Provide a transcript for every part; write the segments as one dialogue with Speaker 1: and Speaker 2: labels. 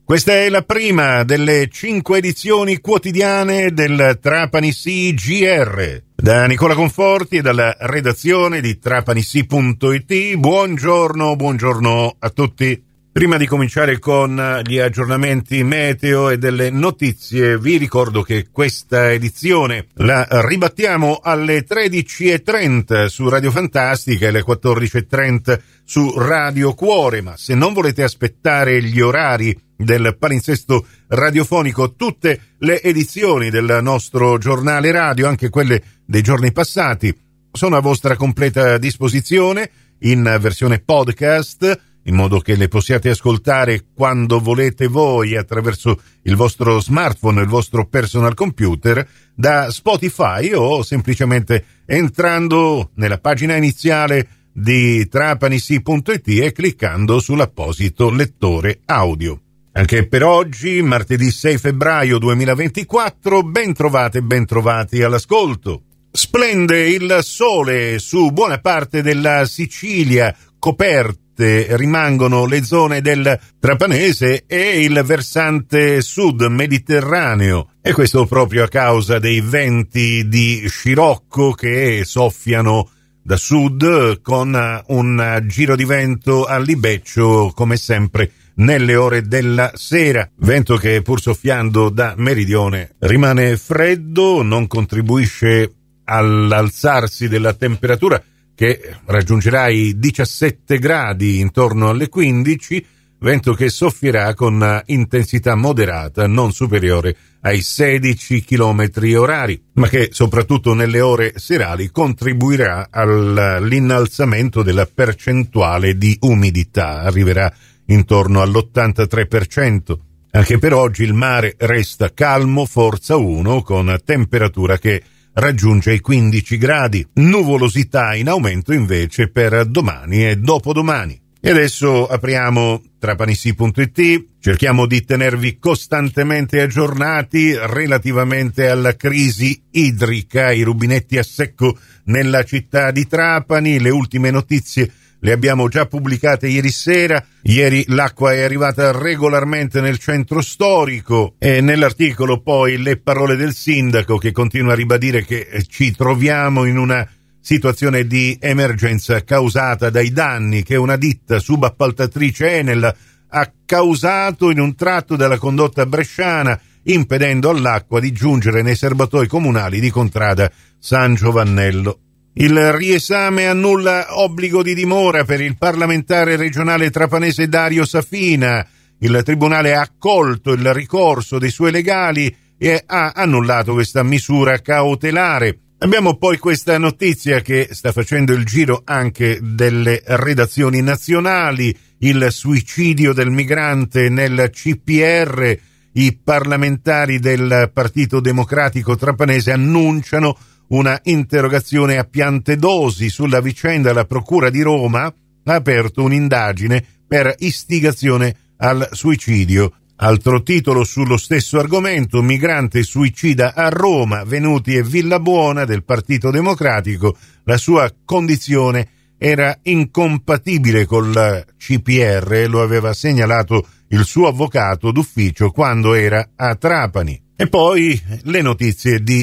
Speaker 1: Questa è la prima delle 5 edizioni quotidiane del Trapani CGR. Da Nicola Conforti e dalla redazione di trapanisi.it, buongiorno a tutti. Prima di cominciare con gli aggiornamenti meteo e delle notizie, vi ricordo che questa edizione la ribattiamo alle 13.30 su Radio Fantastica e alle 14.30 su Radio Cuore, ma se non volete aspettare gli orari del palinsesto radiofonico, tutte le edizioni del nostro giornale radio, anche quelle dei giorni passati, sono a vostra completa disposizione in versione podcast, in modo che le possiate ascoltare quando volete voi attraverso il vostro smartphone, il vostro personal computer, da Spotify o semplicemente entrando nella pagina iniziale di trapanisi.it e cliccando sull'apposito lettore audio. Anche per oggi, martedì 6 febbraio 2024, ben trovati all'ascolto. Splende il sole su buona parte della Sicilia, coperte rimangono le zone del Trapanese e il versante sud mediterraneo, e questo proprio a causa dei venti di scirocco che soffiano da sud con un giro di vento a libeccio come sempre nelle ore della sera, vento che pur soffiando da meridione rimane freddo, non contribuisce all'alzarsi della temperatura che raggiungerà i 17 gradi intorno alle 15, vento che soffierà con intensità moderata non superiore ai 16 km orari, ma che soprattutto nelle ore serali contribuirà all'innalzamento della percentuale di umidità, arriverà intorno all'83%. Anche per oggi il mare resta calmo, forza 1, con temperatura che raggiunge i 15 gradi. Nuvolosità in aumento invece per domani e dopodomani. E adesso apriamo trapanisi.it, cerchiamo di tenervi costantemente aggiornati relativamente alla crisi idrica, i rubinetti a secco nella città di Trapani. Le ultime notizie le abbiamo già pubblicate ieri sera. Ieri l'acqua è arrivata regolarmente nel centro storico e nell'articolo poi le parole del sindaco, che continua a ribadire che ci troviamo in una situazione di emergenza causata dai danni che una ditta subappaltatrice Enel ha causato in un tratto della condotta bresciana, impedendo all'acqua di giungere nei serbatoi comunali di Contrada San Giovannello. Il riesame annulla obbligo di dimora per il parlamentare regionale trapanese Dario Safina. Il tribunale ha accolto il ricorso dei suoi legali e ha annullato questa misura cautelare. Abbiamo poi questa notizia che sta facendo il giro anche delle redazioni nazionali: il suicidio del migrante nel CPR. I parlamentari del Partito Democratico Trapanese annunciano una interrogazione a Piantedosi sulla vicenda. La Procura di Roma ha aperto un'indagine per istigazione al suicidio. Altro titolo sullo stesso argomento: migrante suicida a Roma, Venuti e Villabuona del Partito Democratico. La sua condizione era incompatibile col CPR, lo aveva segnalato il suo avvocato d'ufficio quando era a Trapani. E poi le notizie di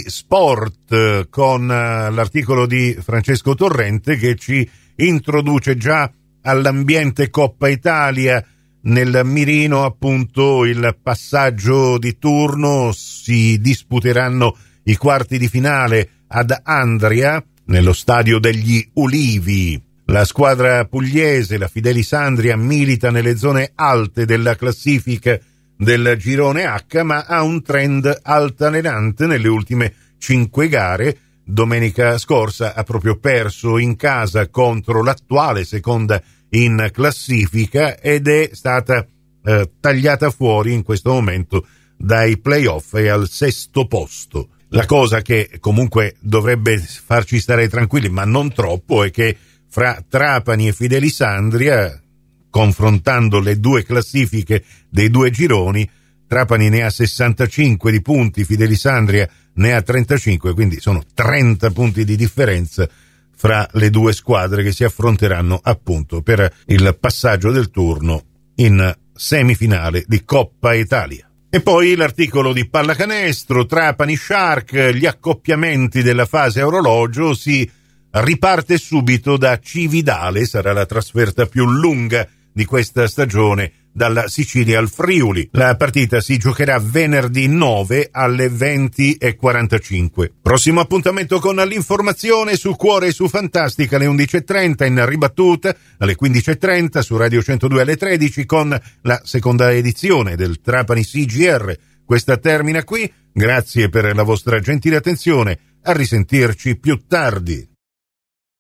Speaker 1: sport con l'articolo di Francesco Torrente, che ci introduce già all'ambiente Coppa Italia. Nel mirino appunto il passaggio di turno, si disputeranno i quarti di finale ad Andria nello stadio degli Ulivi. La squadra pugliese, la Fidelis-Andria, milita nelle zone alte della classifica del girone H, ma ha un trend altalenante nelle ultime 5 gare. Domenica scorsa ha proprio perso in casa contro l'attuale seconda in classifica ed è stata tagliata fuori in questo momento dai playoff e al 6° posto. La cosa che comunque dovrebbe farci stare tranquilli, ma non troppo, è che fra Trapani e Fidelis-Andria, confrontando le due classifiche dei due gironi, Trapani ne ha 65 di punti, Fidelis-Andria ne ha 35, quindi sono 30 punti di differenza fra le due squadre che si affronteranno appunto per il passaggio del turno in semifinale di Coppa Italia. E poi l'articolo di pallacanestro, Trapani Shark, gli accoppiamenti della fase a orologio, si riparte subito da Cividale, sarà la trasferta più lunga di questa stagione dalla Sicilia al Friuli. La partita si giocherà venerdì 9 alle 20:45. Prossimo appuntamento con l'informazione su Cuore e su Fantastica alle 11:30, in ribattuta alle 15:30 su Radio 102 alle 13 con la seconda edizione del Trapani CGR. Questa termina qui, grazie per la vostra gentile attenzione, a risentirci più tardi.